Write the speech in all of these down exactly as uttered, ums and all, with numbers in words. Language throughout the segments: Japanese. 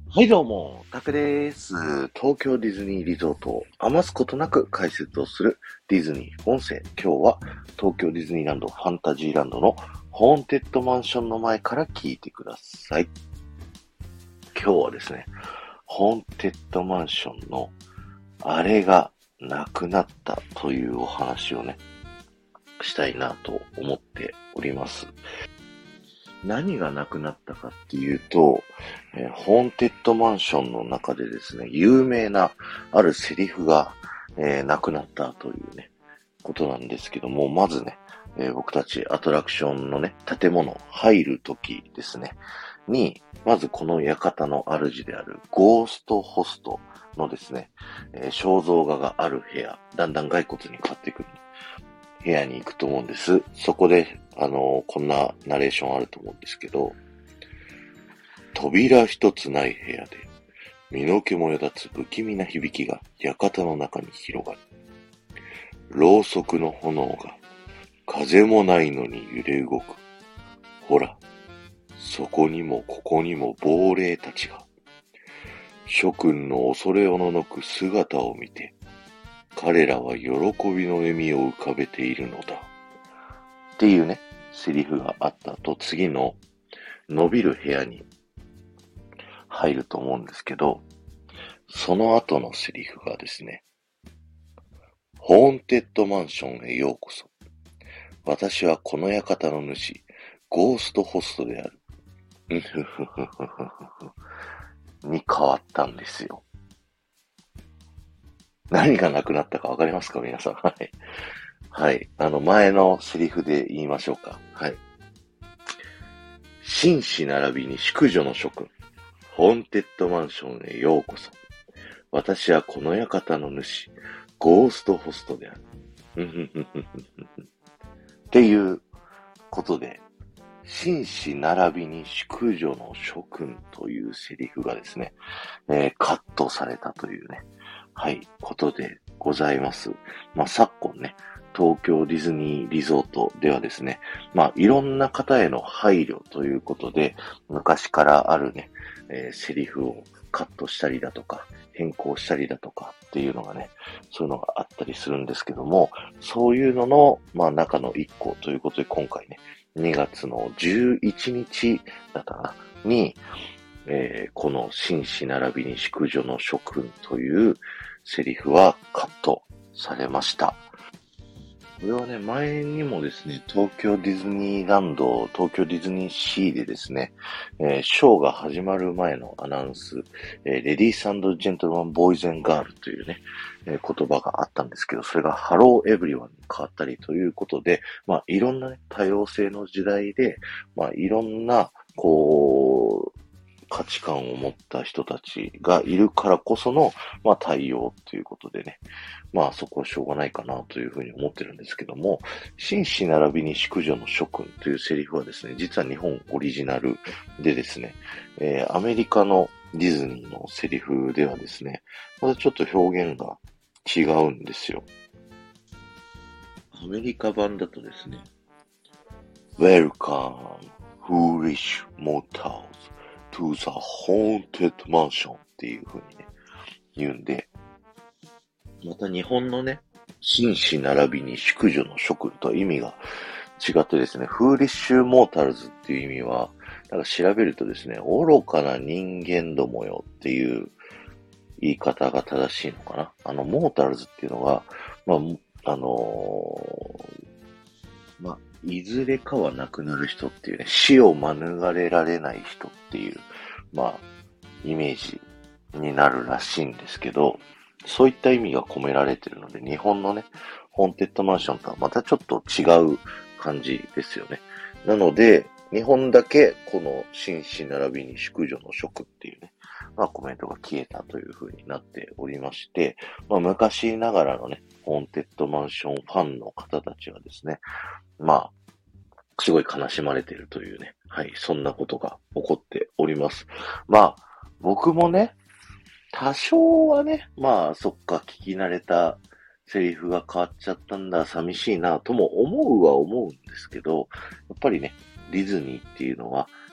はいどうも、タクです。東京ディズニーリゾートを余すことなく解説をするディズニー音声。今日は東京ディズニーランドファンタジーランドのホーンテッドマンションの前から聞いてください。今日はですね、ホーンテッドマンションのあれがなくなったというお話をね、したいなと思っております。何がなくなったかっていうと、えーホーンテッドマンションの中でですね、有名なあるセリフが、えーなくなったというね、ことなんですけども、まずね、えー僕たちアトラクションのね、建物入るときですね、に、まずこの館の主であるゴーストホストのですね、えー肖像画がある部屋、だんだん骸骨に変わっていく部屋に行くと思うんです。そこで、あのーこんなナレーションあると思うんですけど、扉一つない部屋で、身の毛もよだつ不気味な響きが館の中に広がる。ろうそくの炎が風もないのに揺れ動く。ほら、そこにもここにも亡霊たちが。諸君の恐れおののく姿を見て、彼らは喜びの笑みを浮かべているのだ。っていうね、セリフがあった後、次の伸びる部屋に入ると思うんですけど、その後のセリフがですね、ホーンテッドマンションへようこそ。私はこの館の主、ゴーストホストである。うんふふふふふに変わったんですよ。何がなくなったかわかりますか皆さん。はい。はい。あの、前のセリフで言いましょうか。はい。紳士並びに淑女の諸君。ホーンテッドマンションへようこそ。私はこの館の主、ゴーストホストである。うんふふふふっていうことで、紳士並びに淑女の諸君というセリフがですね、えーカットされたというね、はい、ことでございます。まあ、昨今ね、東京ディズニーリゾートではですね、まあ、いろんな方への配慮ということで、昔からあるね、えーセリフをカットしたりだとか、変更したりだとかっていうのがね、そういうのがあったりするんですけども、そういうのの、まあ、中の一個ということで、今回ね、にがつのじゅういちにちだったかな、に、えーこの紳士並びに淑女の諸君というセリフはカットされました。これはね、前にもですね、東京ディズニーランド、東京ディズニーシーでですね、えーショーが始まる前のアナウンス、えーレディースジェントルマン、ボーイズガールというね、えー言葉があったんですけど、それがハローエブリワンに変わったりということで、まあ、いろんなね、多様性の時代で、まあ、いろんな、こう、価値観を持った人たちがいるからこその、まあ、対応ということでね。まあ、そこはしょうがないかなというふうに思ってるんですけども、紳士並びに淑女の諸君というセリフはですね、実は日本オリジナルでですね、えーアメリカのディズニーのセリフではですね、またちょっと表現が違うんですよ。アメリカ版だとですね、Welcome, foolish mortals, to the haunted mansion っていう風にね、言うんで、また日本のね、紳士並びに淑女の諸君とは意味が違ってですね、フーリッシュモータルズっていう意味は、なんか調べるとですね、愚かな人間どもよっていう言い方が正しいのかな。あの、モータルズっていうのは、まあ、あのーまあ、いずれかは亡くなる人っていうね、死を免れられない人っていう、まあ、イメージになるらしいんですけど、そういった意味が込められてるので、日本のね、ホーンテッドマンションとはまたちょっと違う感じですよね。なので、日本だけこの紳士並びに淑女の職っていうね、まあコメントが消えたという風になっておりまして、まあ昔ながらのね、ホーンテッドマンションファンの方たちはですね、まあ、すごい悲しまれているというね、はい、そんなことが起こっております。まあ、僕もね、多少はね、まあ、そっか、聞き慣れたセリフが変わっちゃったんだ、寂しいな、とも思うは思うんですけど、やっぱりね、ディズニーっていうのは、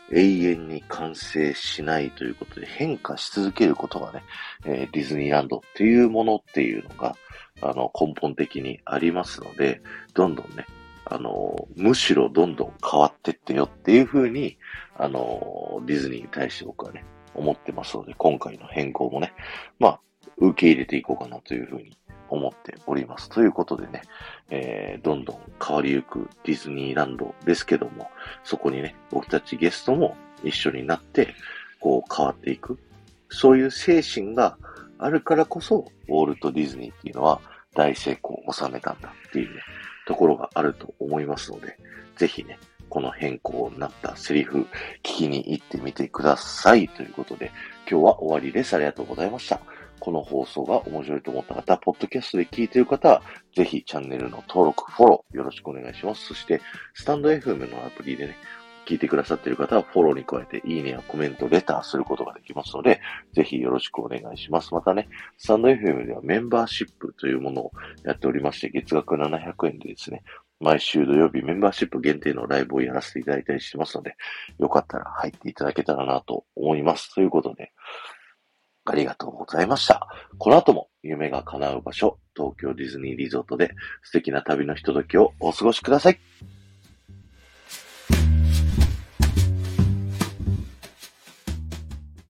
永遠に完成しないということで変化し続けることがね、えーディズニーランドっていうものっていうのが、あの、根本的にありますので、どんどんね、あの、むしろどんどん変わってってよっていう風に、あの、ディズニーに対して僕はね、思ってますので、今回の変更もね、まあ、受け入れていこうかなという風に思っております。ということでね、えー、どんどん変わりゆくディズニーランドですけども、そこにね、僕たちゲストも一緒になって、こう変わっていく。そういう精神があるからこそ、ウォルト・ディズニーっていうのは大成功を収めたんだっていうね、ところがあると思いますので、ぜひね、この変更になったセリフ、聞きに行ってみてください。ということで、今日は終わりです。ありがとうございました。この放送が面白いと思った方、ポッドキャストで聞いている方は、ぜひチャンネルの登録、フォローよろしくお願いします。そして、スタンド エフエム のアプリでね、聞いてくださっている方はフォローに加えていいねやコメント、レターすることができますので、ぜひよろしくお願いします。またね、スタンド エフエム ではメンバーシップというものをやっておりまして、月額ななひゃくえんでですね、毎週土曜日メンバーシップ限定のライブをやらせていただいたりしてますので、よかったら入っていただけたらなと思います。ということで、ありがとうございました。この後も夢が叶う場所、東京ディズニーリゾートで素敵な旅のひとときをお過ごしください。